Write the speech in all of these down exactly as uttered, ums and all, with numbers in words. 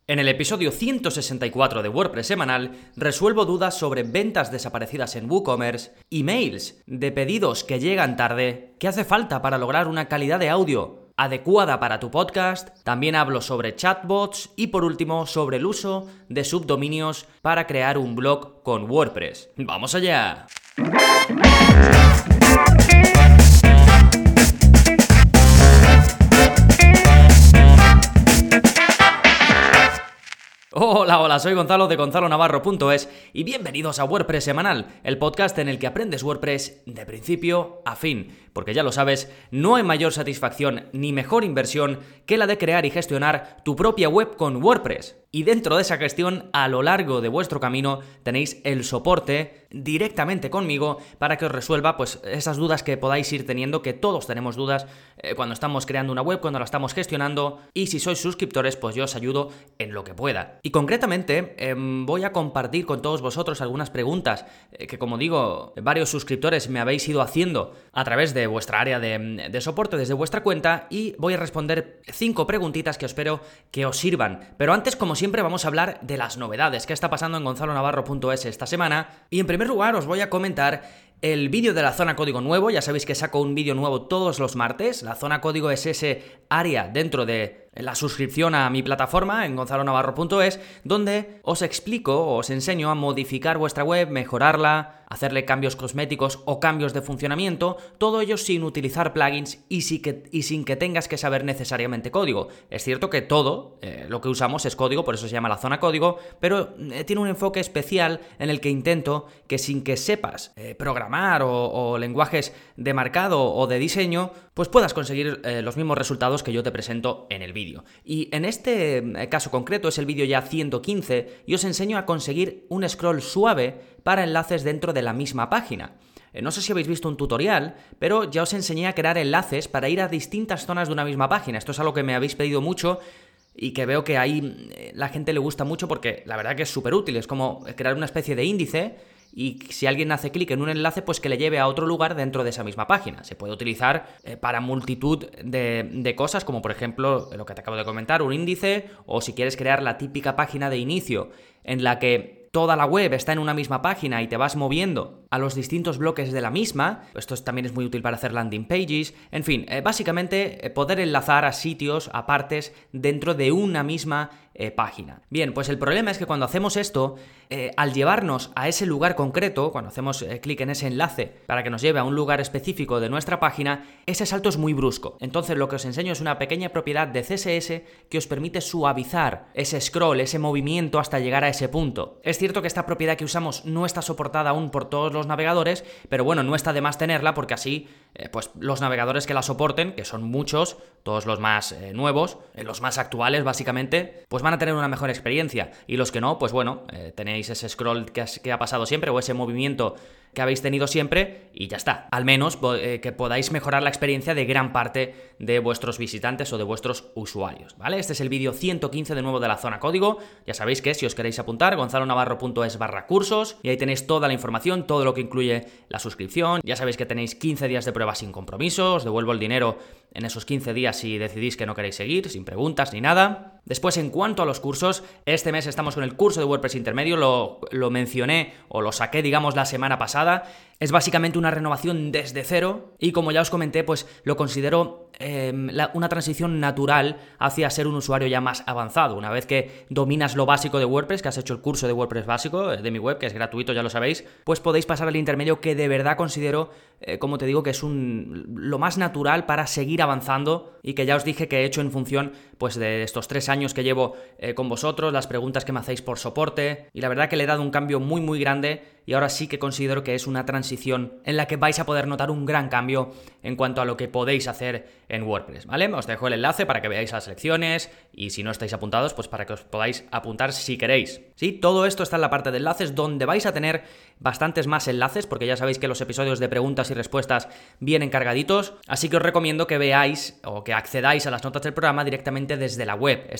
En el episodio ciento sesenta y cuatro de WordPress Semanal resuelvo dudas sobre ventas desaparecidas en WooCommerce, emails de pedidos que llegan tarde, qué hace falta para lograr una calidad de audio adecuada para tu podcast, también hablo sobre chatbots y por último sobre el uso de subdominios para crear un blog con WordPress. ¡Vamos allá! Hola, hola, soy Gonzalo de gonzalo navarro punto es y bienvenidos a WordPress Semanal, el podcast en el que aprendes WordPress de principio a fin. Porque ya lo sabes, no hay mayor satisfacción ni mejor inversión que la de crear y gestionar tu propia web con WordPress. Y dentro de esa gestión, a lo largo de vuestro camino, tenéis el soporte directamente conmigo para que os resuelva pues esas dudas que podáis ir teniendo, que todos tenemos dudas eh, cuando estamos creando una web, cuando la estamos gestionando, y si sois suscriptores, pues yo os ayudo en lo que pueda. Y concretamente, eh, voy a compartir con todos vosotros algunas preguntas eh, que, como digo, varios suscriptores me habéis ido haciendo a través de vuestra área de, de soporte desde vuestra cuenta, y voy a responder cinco preguntitas que espero que os sirvan. Pero antes, como siempre, vamos a hablar de las novedades que está pasando en gonzalo navarro punto es esta semana. Y en primer lugar os voy a comentar el vídeo de la zona código nuevo. Ya sabéis que saco un vídeo nuevo todos los martes. La zona código es ese área dentro de la suscripción a mi plataforma en gonzalo navarro punto es, donde os explico, os enseño a modificar vuestra web, mejorarla, hacerle cambios cosméticos o cambios de funcionamiento, todo ello sin utilizar plugins y, sí que, y sin que tengas que saber necesariamente código. Es cierto que todo eh, lo que usamos es código, por eso se llama la zona código, pero eh, tiene un enfoque especial en el que intento que sin que sepas eh, programar o, o lenguajes de marcado o de diseño, pues puedas conseguir eh, los mismos resultados que yo te presento en el vídeo. Y en este caso concreto es el vídeo ya ciento quince y os enseño a conseguir un scroll suave para enlaces dentro de la misma página. No sé si habéis visto un tutorial, pero ya os enseñé a crear enlaces para ir a distintas zonas de una misma página. Esto es algo que me habéis pedido mucho y que veo que ahí la gente le gusta mucho porque la verdad que es súper útil. Es como crear una especie de índice y si alguien hace clic en un enlace, pues que le lleve a otro lugar dentro de esa misma página. Se puede utilizar eh, para multitud de, de cosas, como por ejemplo lo que te acabo de comentar, un índice, o si quieres crear la típica página de inicio en la que toda la web está en una misma página y te vas moviendo a los distintos bloques de la misma. Esto también es muy útil para hacer landing pages. En fin, eh, básicamente eh, poder enlazar a sitios, a partes dentro de una misma eh, página. Bien, pues el problema es que cuando hacemos esto, eh, al llevarnos a ese lugar concreto, cuando hacemos eh, clic en ese enlace para que nos lleve a un lugar específico de nuestra página, ese salto es muy brusco. Entonces lo que os enseño es una pequeña propiedad de C S S que os permite suavizar ese scroll, ese movimiento hasta llegar a ese punto. Es cierto que esta propiedad que usamos no está soportada aún por todos los navegadores, pero bueno, no está de más tenerla porque así eh, pues los navegadores que la soporten, que son muchos, todos los más eh, nuevos, eh, los más actuales básicamente, pues van a tener una mejor experiencia, y los que no, pues bueno, eh, tenéis ese scroll que, has, que ha pasado siempre o ese movimiento que habéis tenido siempre y ya está. Al menos eh, que podáis mejorar la experiencia de gran parte de vuestros visitantes o de vuestros usuarios, ¿vale? Este es el vídeo ciento quince de nuevo de la zona código. Ya sabéis que si os queréis apuntar, gonzalo navarro punto es barra cursos, y ahí tenéis toda la información, todo lo que incluye la suscripción. Ya sabéis que tenéis quince días de prueba sin compromiso, os devuelvo el dinero en esos quince días si decidís que no queréis seguir, sin preguntas ni nada. Después, en cuanto a los cursos, este mes estamos con el curso de WordPress intermedio, lo, lo mencioné o lo saqué, digamos, la semana pasada. Es básicamente una renovación desde cero y, como ya os comenté, pues lo considero eh, la, una transición natural hacia ser un usuario ya más avanzado. Una vez que dominas lo básico de WordPress, que has hecho el curso de WordPress básico de mi web, que es gratuito, ya lo sabéis, pues podéis pasar al intermedio, que de verdad considero, eh, como te digo, que es un, lo más natural para seguir avanzando, y que ya os dije que he hecho en función pues de estos tres años que llevo eh, con vosotros, las preguntas que me hacéis por soporte, y la verdad que le he dado un cambio muy muy grande, y ahora sí que considero que es una transición en la que vais a poder notar un gran cambio en cuanto a lo que podéis hacer en WordPress, ¿vale? Os dejo el enlace para que veáis las lecciones, y si no estáis apuntados, pues para que os podáis apuntar si queréis. Sí, todo esto está en la parte de enlaces, donde vais a tener bastantes más enlaces, porque ya sabéis que los episodios de preguntas y respuestas vienen cargaditos, así que os recomiendo que veáis o que accedáis a las notas del programa directamente desde la web. Este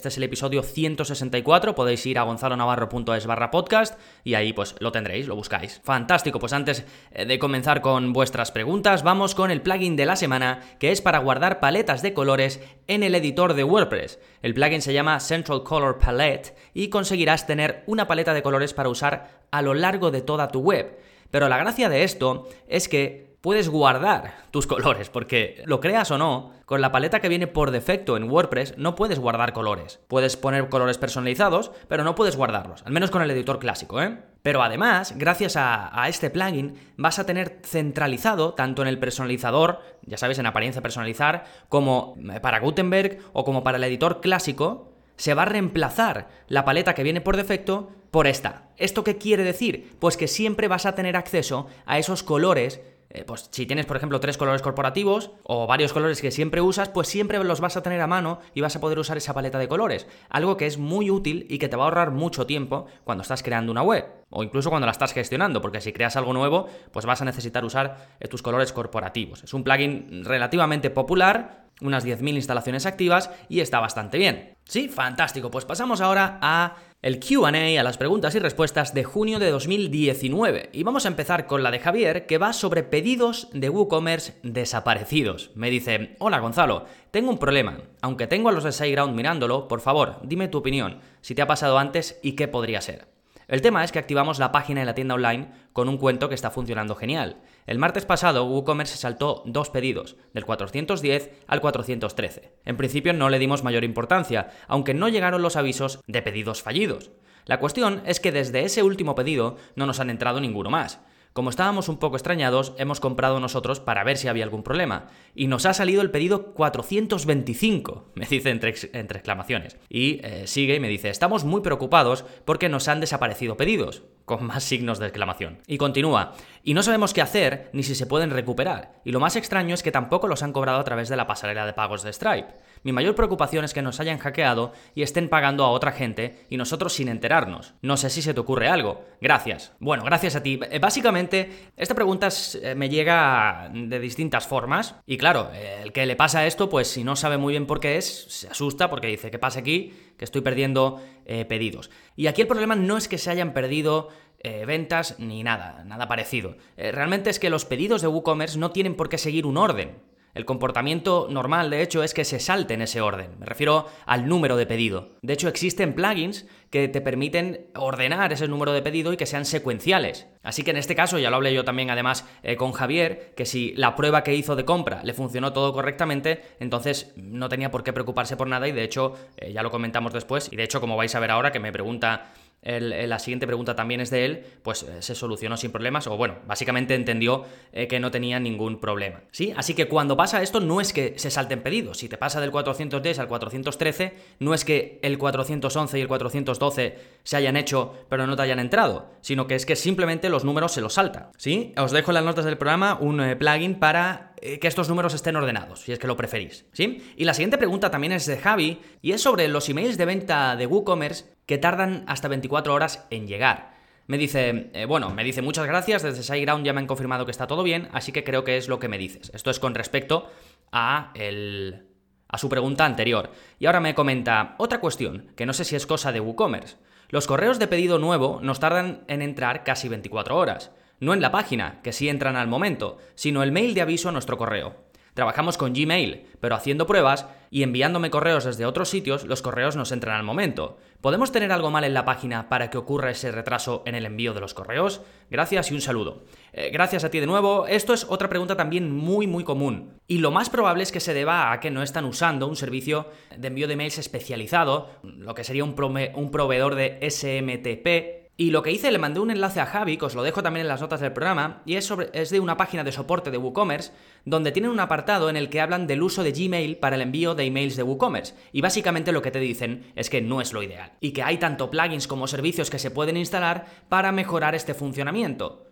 Este es el episodio ciento sesenta y cuatro, podéis ir a gonzalonavarro.es barra podcast y ahí pues lo tendréis, lo buscáis. Fantástico, pues antes de comenzar con vuestras preguntas, vamos con el plugin de la semana, que es para guardar paletas de colores en el editor de WordPress. El plugin se llama Central Color Palette y conseguirás tener una paleta de colores para usar a lo largo de toda tu web. Pero la gracia de esto es que puedes guardar tus colores, porque lo creas o no, con la paleta que viene por defecto en WordPress no puedes guardar colores. Puedes poner colores personalizados, pero no puedes guardarlos, al menos con el editor clásico, ¿eh? Pero además, gracias a, a este plugin, vas a tener centralizado, tanto en el personalizador, ya sabes, en apariencia personalizar, como para Gutenberg o como para el editor clásico, se va a reemplazar la paleta que viene por defecto por esta. ¿Esto qué quiere decir? Pues que siempre vas a tener acceso a esos colores. Eh, pues si tienes, por ejemplo, tres colores corporativos o varios colores que siempre usas, pues siempre los vas a tener a mano y vas a poder usar esa paleta de colores. Algo que es muy útil y que te va a ahorrar mucho tiempo cuando estás creando una web o incluso cuando la estás gestionando, porque si creas algo nuevo, pues vas a necesitar usar eh, tus colores corporativos. Es un plugin relativamente popular, unas diez mil instalaciones activas y está bastante bien. Sí, fantástico. Pues pasamos ahora a el Q and A, a las preguntas y respuestas de junio de dos mil diecinueve. Y vamos a empezar con la de Javier, que va sobre pedidos de WooCommerce desaparecidos. Me dice: hola Gonzalo, tengo un problema. Aunque tengo a los de SiteGround mirándolo, por favor, dime tu opinión, si te ha pasado antes y qué podría ser. El tema es que activamos la página de la tienda online con un cuento que está funcionando genial. El martes pasado WooCommerce saltó dos pedidos, del cuatrocientos diez al cuatrocientos trece. En principio no le dimos mayor importancia, aunque no llegaron los avisos de pedidos fallidos. La cuestión es que desde ese último pedido no nos han entrado ninguno más. Como estábamos un poco extrañados, hemos comprado nosotros para ver si había algún problema. Y nos ha salido el pedido cuatrocientos veinticinco, me dice entre, ex- entre exclamaciones. Y eh, sigue y me dice: estamos muy preocupados porque nos han desaparecido pedidos, con más signos de exclamación. Y continúa: y no sabemos qué hacer ni si se pueden recuperar. Y lo más extraño es que tampoco los han cobrado a través de la pasarela de pagos de Stripe. Mi mayor preocupación es que nos hayan hackeado y estén pagando a otra gente y nosotros sin enterarnos. No sé si se te ocurre algo. Gracias. Bueno, gracias a ti. Básicamente, esta pregunta me llega de distintas formas. Y claro, el que le pasa esto, pues si no sabe muy bien por qué es, se asusta porque dice: ¿qué pasa aquí? Que estoy perdiendo eh, pedidos. Y aquí el problema no es que se hayan perdido eh, ventas ni nada, nada parecido. Eh, realmente es que los pedidos de WooCommerce no tienen por qué seguir un orden. El comportamiento normal, de hecho, es que se salte en ese orden. Me refiero al número de pedido. De hecho, existen plugins que te permiten ordenar ese número de pedido y que sean secuenciales. Así que en este caso, ya lo hablé yo también además eh, con Javier, que si la prueba que hizo de compra le funcionó todo correctamente, entonces no tenía por qué preocuparse por nada y de hecho, eh, ya lo comentamos después, y de hecho, como vais a ver ahora, que me pregunta... El, la siguiente pregunta también es de él, pues eh, se solucionó sin problemas, o bueno, básicamente entendió eh, que no tenía ningún problema, ¿sí? Así que cuando pasa esto no es que se salten pedidos. Si te pasa del cuatrocientos diez al cuatrocientos trece, no es que el cuatrocientos once y el cuatrocientos doce se hayan hecho pero no te hayan entrado, sino que es que simplemente los números se los salta, ¿sí? Os dejo en las notas del programa un eh, plugin para eh, que estos números estén ordenados, si es que lo preferís, ¿sí? Y la siguiente pregunta también es de Javi, y es sobre los emails de venta de WooCommerce que tardan hasta veinticuatro horas en llegar. Me dice, eh, bueno, me dice: muchas gracias, desde SiteGround ya me han confirmado que está todo bien, así que creo que es lo que me dices. Esto es con respecto a, el, a su pregunta anterior. Y ahora me comenta otra cuestión, que no sé si es cosa de WooCommerce. Los correos de pedido nuevo nos tardan en entrar casi veinticuatro horas. No en la página, que sí entran al momento, sino el mail de aviso a nuestro correo. Trabajamos con Gmail, pero haciendo pruebas y enviándome correos desde otros sitios, los correos nos entran al momento. ¿Podemos tener algo mal en la página para que ocurra ese retraso en el envío de los correos? Gracias y un saludo. Eh, gracias a ti de nuevo. Esto es otra pregunta también muy muy común. Y lo más probable es que se deba a que no están usando un servicio de envío de emails especializado, lo que sería un, prove- un proveedor de S M T P. Y lo que hice, le mandé un enlace a Javi, que os lo dejo también en las notas del programa, y es, sobre, es de una página de soporte de WooCommerce, donde tienen un apartado en el que hablan del uso de Gmail para el envío de emails de WooCommerce. Y básicamente lo que te dicen es que no es lo ideal, y que hay tanto plugins como servicios que se pueden instalar para mejorar este funcionamiento.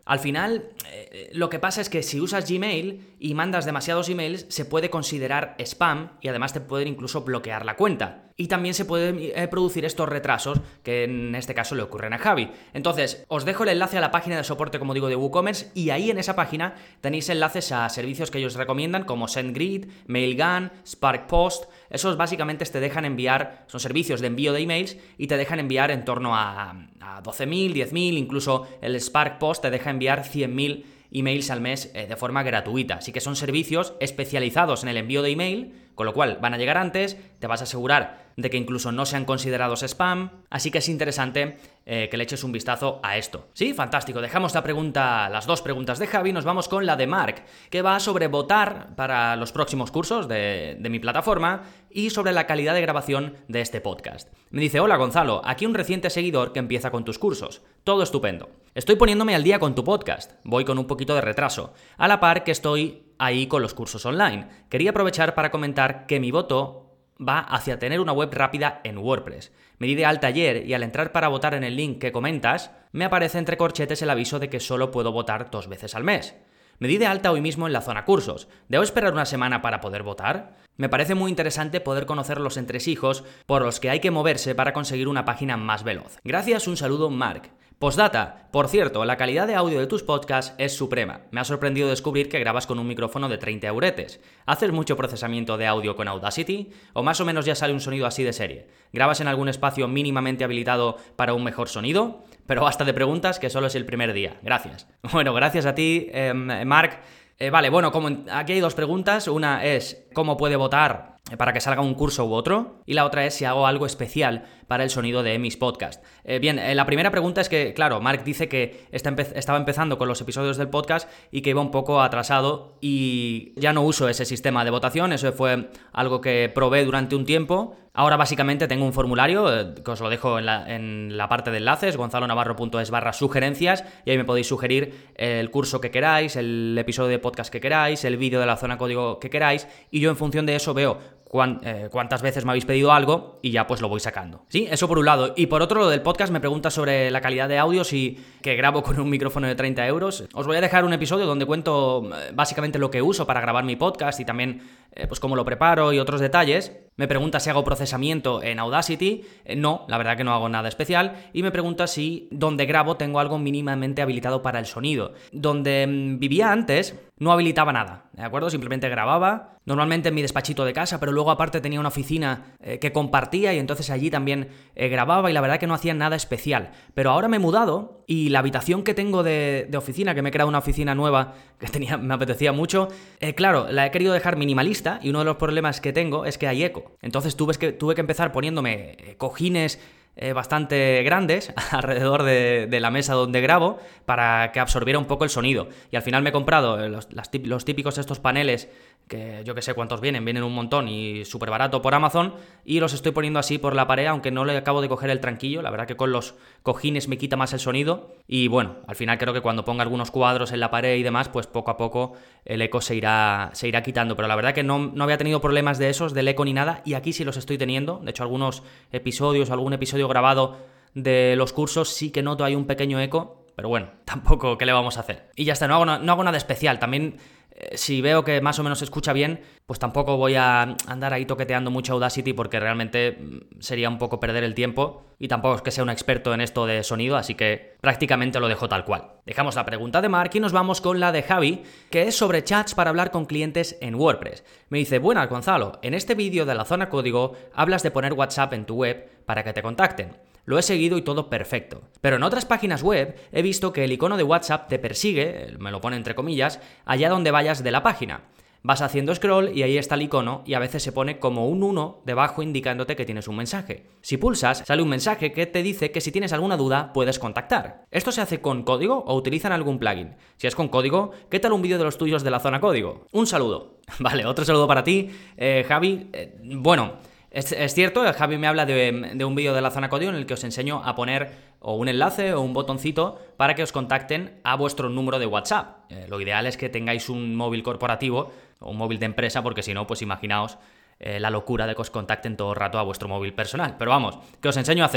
Al final, eh, lo que pasa es que si usas Gmail y mandas demasiados emails, se puede considerar spam y además te pueden incluso bloquear la cuenta. Y también se pueden eh, producir estos retrasos que en este caso le ocurren a Javi. Entonces, os dejo el enlace a la página de soporte, como digo, de WooCommerce, y ahí en esa página tenéis enlaces a servicios que ellos recomiendan como SendGrid, Mailgun, SparkPost. Esos básicamente te dejan enviar, son servicios de envío de emails y te dejan enviar en torno a, a doce mil, diez mil, incluso el SparkPost te deja enviar cien mil emails al mes eh, de forma gratuita. Así que son servicios especializados en el envío de email, con lo cual van a llegar antes, te vas a asegurar de que incluso no sean considerados spam, así que es interesante eh, que le eches un vistazo a esto. Sí, fantástico, dejamos la pregunta, las dos preguntas de Javi, nos vamos con la de Mark, que va sobre votar para los próximos cursos de, de mi plataforma y sobre la calidad de grabación de este podcast. Me dice: hola Gonzalo, aquí un reciente seguidor que empieza con tus cursos. Todo estupendo. Estoy poniéndome al día con tu podcast, voy con un poquito de retraso, a la par que estoy ahí con los cursos online. Quería aprovechar para comentar que mi voto va hacia tener una web rápida en WordPress. Me di de alta ayer y al entrar para votar en el link que comentas, me aparece entre corchetes el aviso de que solo puedo votar dos veces al mes. Me di de alta hoy mismo en la zona cursos. ¿Debo esperar una semana para poder votar? Me parece muy interesante poder conocer los entresijos por los que hay que moverse para conseguir una página más veloz. Gracias, un saludo, Mark. Postdata, por cierto, la calidad de audio de tus podcasts es suprema. Me ha sorprendido descubrir que grabas con un micrófono de treinta euretes. ¿Haces mucho procesamiento de audio con Audacity? ¿O más o menos ya sale un sonido así de serie? ¿Grabas en algún espacio mínimamente habilitado para un mejor sonido? Pero basta de preguntas, que solo es el primer día. Gracias. Bueno, gracias a ti, eh, Mark. Eh, vale, bueno, como en, aquí hay dos preguntas. Una es ¿cómo puede votar para que salga un curso u otro? Y la otra es si hago algo especial para el sonido de mis podcasts. Eh, bien, eh, la primera pregunta es que, claro, Mark dice que está empe- estaba empezando con los episodios del podcast y que iba un poco atrasado y ya no uso ese sistema de votación. Eso fue algo que probé durante un tiempo. Ahora básicamente tengo un formulario, eh, que os lo dejo en la, en la parte de enlaces, gonzalonavarro.es barra sugerencias, y ahí me podéis sugerir el curso que queráis, el episodio de podcast que queráis, el vídeo de la zona código que queráis, y yo en función de eso veo cuán, eh, cuántas veces me habéis pedido algo y ya pues lo voy sacando. Sí, eso por un lado. Y por otro, lo del podcast me pregunta sobre la calidad de audio, si que grabo con un micrófono de treinta euros. Os voy a dejar un episodio donde cuento eh, básicamente lo que uso para grabar mi podcast y también eh, pues cómo lo preparo y otros detalles. Me pregunta si hago procesamiento en Audacity. Eh, no, la verdad que no hago nada especial. Y me pregunta si donde grabo tengo algo mínimamente habilitado para el sonido. Donde mmm, vivía antes no habilitaba nada, ¿de acuerdo? Simplemente grababa, normalmente en mi despachito de casa, pero luego aparte tenía una oficina eh, que compartía y entonces allí también eh, grababa y la verdad que no hacía nada especial. Pero ahora me he mudado y la habitación que tengo de, de oficina, que me he creado una oficina nueva que tenía, me apetecía mucho, eh, claro, la he querido dejar minimalista y uno de los problemas que tengo es que hay eco. Entonces tuve que, tuve que empezar poniéndome eh, cojines Eh, bastante grandes alrededor de, de la mesa donde grabo para que absorbiera un poco el sonido. Y al final me he comprado los, las, los típicos estos paneles que yo que sé cuántos vienen, vienen un montón y súper barato por Amazon, y los estoy poniendo así por la pared, aunque no le acabo de coger el tranquillo. La verdad que con los cojines me quita más el sonido y bueno, al final creo que cuando ponga algunos cuadros en la pared y demás, pues poco a poco el eco se irá, se irá quitando, pero la verdad que no, no había tenido problemas de esos, del eco ni nada, y aquí sí los estoy teniendo. De hecho, algunos episodios, algún episodio grabado de los cursos sí que noto ahí un pequeño eco, pero bueno, tampoco, ¿qué le vamos a hacer? Y ya está, no hago, no, no hago nada especial. También eh, si veo que más o menos se escucha bien, pues tampoco voy a andar ahí toqueteando mucho Audacity, porque realmente sería un poco perder el tiempo y tampoco es que sea un experto en esto de sonido, así que prácticamente lo dejo tal cual. Dejamos la pregunta de Mark y nos vamos con la de Javi, que es sobre chats para hablar con clientes en WordPress. Me dice: buenas Gonzalo, en este vídeo de la zona código hablas de poner WhatsApp en tu web para que te contacten. Lo he seguido y todo perfecto. Pero en otras páginas web he visto que el icono de WhatsApp te persigue, me lo pone entre comillas, allá donde vayas de la página. Vas haciendo scroll y ahí está el icono y a veces se pone como un uno debajo indicándote que tienes un mensaje. Si pulsas, sale un mensaje que te dice que si tienes alguna duda puedes contactar. ¿Esto se hace con código o utilizan algún plugin? Si es con código, ¿qué tal un vídeo de los tuyos de la zona código? Un saludo. Vale, otro saludo para ti, eh, Javi. Eh, bueno... Es, es cierto, Javi me habla de, de un vídeo de la zona código en el que os enseño a poner o un enlace o un botoncito para que os contacten a vuestro número de WhatsApp. Eh, lo ideal es que tengáis un móvil corporativo o un móvil de empresa, porque si no, pues imaginaos eh, la locura de que os contacten todo el rato a vuestro móvil personal. Pero vamos, que os enseño a hacerlo.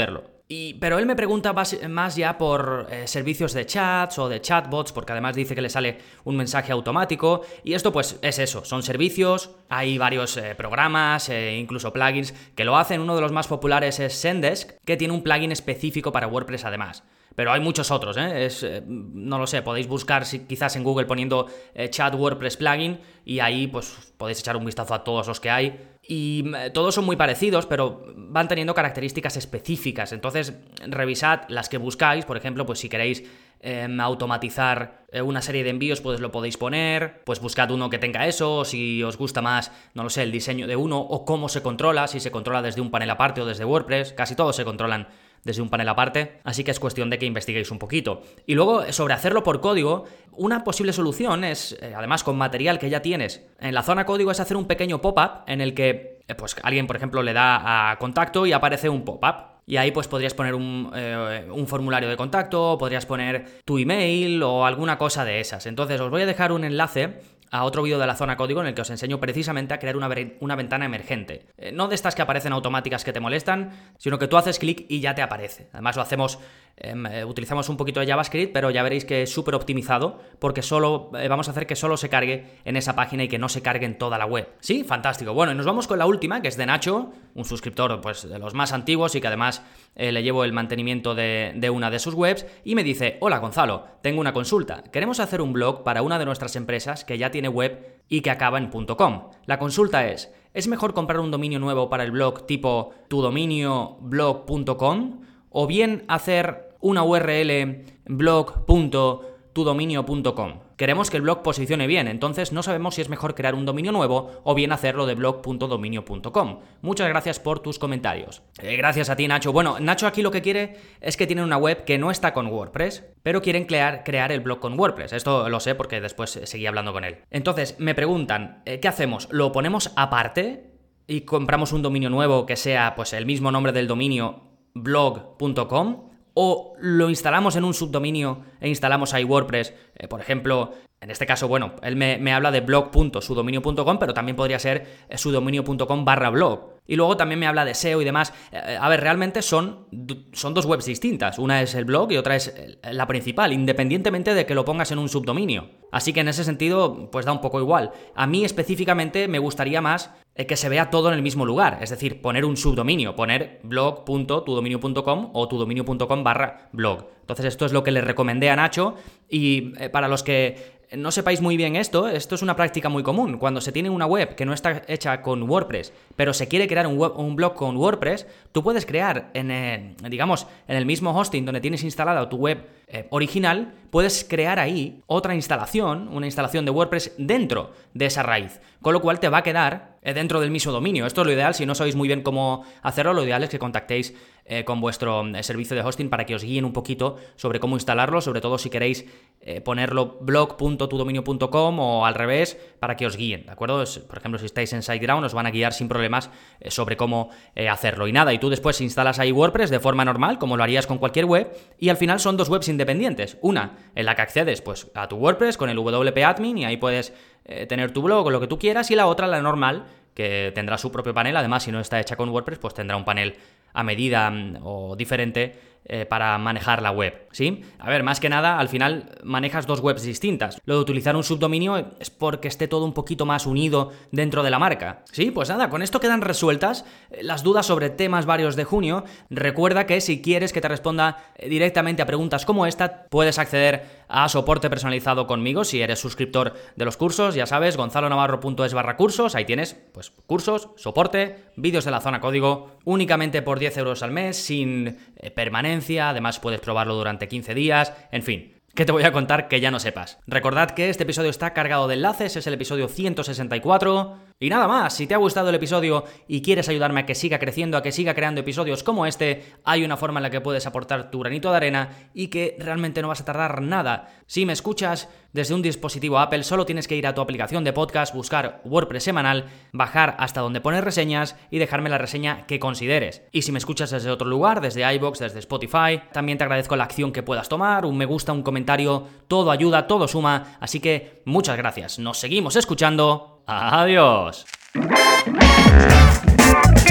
Y, pero él me pregunta más ya por eh, servicios de chats o de chatbots, porque además dice que le sale un mensaje automático. Y esto pues es eso, son servicios, hay varios eh, programas, eh, incluso plugins que lo hacen. Uno de los más populares es Zendesk, que tiene un plugin específico para WordPress además. Pero hay muchos otros, ¿eh? Es, eh, no lo sé, podéis buscar si, quizás en Google poniendo eh, Chat WordPress Plugin y ahí pues podéis echar un vistazo a todos los que hay. Y eh, todos son muy parecidos, pero van teniendo características específicas. Entonces, revisad las que buscáis. Por ejemplo, pues si queréis eh, automatizar eh, una serie de envíos, pues lo podéis poner. Pues buscad uno que tenga eso. O si os gusta más, no lo sé, el diseño de uno o cómo se controla, si se controla desde un panel aparte o desde WordPress. Casi todos se controlan desde un panel aparte, así que es cuestión de que investiguéis un poquito. Y luego, sobre hacerlo por código, una posible solución es, eh, además con material que ya tienes, en la zona código es hacer un pequeño pop-up en el que eh, pues alguien, por ejemplo, le da a contacto y aparece un pop-up. Y ahí pues podrías poner un, eh, un formulario de contacto, podrías poner tu email o alguna cosa de esas. Entonces os voy a dejar un enlace a otro vídeo de la zona código en el que os enseño precisamente a crear una, una ventana emergente. Eh, no de estas que aparecen automáticas que te molestan, sino que tú haces clic y ya te aparece. Además lo hacemos, eh, utilizamos un poquito de JavaScript, pero ya veréis que es súper optimizado porque solo eh, vamos a hacer que solo se cargue en esa página y que no se cargue en toda la web. Sí, fantástico. Bueno, y nos vamos con la última, que es de Nacho, un suscriptor pues de los más antiguos y que además eh, le llevo el mantenimiento de, de una de sus webs y me dice: hola Gonzalo, tengo una consulta. Queremos hacer un blog para una de nuestras empresas que ya tiene tiene web y que acaba en .com. La consulta es: ¿es mejor comprar un dominio nuevo para el blog tipo tu dominio blog punto com o bien hacer una U R L blog punto tu dominio punto com? Queremos que el blog posicione bien, entonces no sabemos si es mejor crear un dominio nuevo o bien hacerlo de blog punto dominio punto com. Muchas gracias por tus comentarios. Eh, gracias a ti, Nacho. Bueno, Nacho aquí lo que quiere es que tiene una web que no está con WordPress, pero quieren crear, crear el blog con WordPress. Esto lo sé porque después seguí hablando con él. Entonces, me preguntan, eh, ¿qué hacemos? ¿Lo ponemos aparte y compramos un dominio nuevo que sea pues el mismo nombre del dominio blog punto com? ¿O lo instalamos en un subdominio e instalamos ahí WordPress? Eh, por ejemplo, en este caso, bueno, él me, me habla de blog punto su dominio punto com, pero también podría ser su dominio punto com barra blog. Y luego también me habla de S E O y demás. Eh, a ver, realmente son, son dos webs distintas. Una es el blog y otra es la principal, independientemente de que lo pongas en un subdominio. Así que en ese sentido, pues da un poco igual. A mí específicamente me gustaría más eh, que se vea todo en el mismo lugar. Es decir, poner un subdominio, poner blog punto tu dominio punto com o tu dominio punto com barra blog. Entonces esto es lo que le recomendé a Nacho y eh, para los que no sepáis muy bien esto, esto es una práctica muy común. Cuando se tiene una web que no está hecha con WordPress, pero se quiere crear un, web, un blog con WordPress, tú puedes crear en, eh, digamos, en el mismo hosting donde tienes instalada tu web eh, original, puedes crear ahí otra instalación, una instalación de WordPress dentro de esa raíz, con lo cual te va a quedar eh, dentro del mismo dominio. Esto es lo ideal. Si no sabéis muy bien cómo hacerlo, lo ideal es que contactéis eh, con vuestro eh, servicio de hosting para que os guíen un poquito sobre cómo instalarlo, sobre todo si queréis eh, ponerlo blog punto tu dominio punto com o al revés, para que os guíen, ¿de acuerdo? Es, por ejemplo, si estáis en SiteGround os van a guiar sin problemas eh, sobre cómo eh, hacerlo. Y nada, y tú después instalas ahí WordPress de forma normal, como lo harías con cualquier web, y al final son dos webs independientes. Una en la que accedes pues a tu WordPress con el W P admin y ahí puedes eh, tener tu blog o lo que tú quieras, y la otra, la normal, que tendrá su propio panel. Además, si no está hecha con WordPress, pues tendrá un panel a medida o diferente eh, para manejar la web, ¿sí? A ver, más que nada, al final manejas dos webs distintas. Lo de utilizar un subdominio es porque esté todo un poquito más unido dentro de la marca, ¿sí? Pues nada, con esto quedan resueltas las dudas sobre temas varios de junio. Recuerda que si quieres que te responda directamente a preguntas como esta, puedes acceder a soporte personalizado conmigo si eres suscriptor de los cursos. Ya sabes, gonzalo navarro punto es barra cursos. Ahí tienes, pues, cursos, soporte, vídeos de la zona código, únicamente por diez euros al mes, sin eh, permanencia. Además puedes probarlo durante quince días, en fin. ¿Qué te voy a contar que ya no sepas? Recordad que este episodio está cargado de enlaces, es el episodio ciento sesenta y cuatro. Y nada más, si te ha gustado el episodio y quieres ayudarme a que siga creciendo, a que siga creando episodios como este, hay una forma en la que puedes aportar tu granito de arena y que realmente no vas a tardar nada. Si me escuchas desde un dispositivo Apple, solo tienes que ir a tu aplicación de podcast, buscar WordPress semanal, bajar hasta donde pones reseñas y dejarme la reseña que consideres. Y si me escuchas desde otro lugar, desde iVoox, desde Spotify, también te agradezco la acción que puedas tomar, un me gusta, un comentario, todo ayuda, todo suma, así que muchas gracias. Nos seguimos escuchando. ¡Adiós!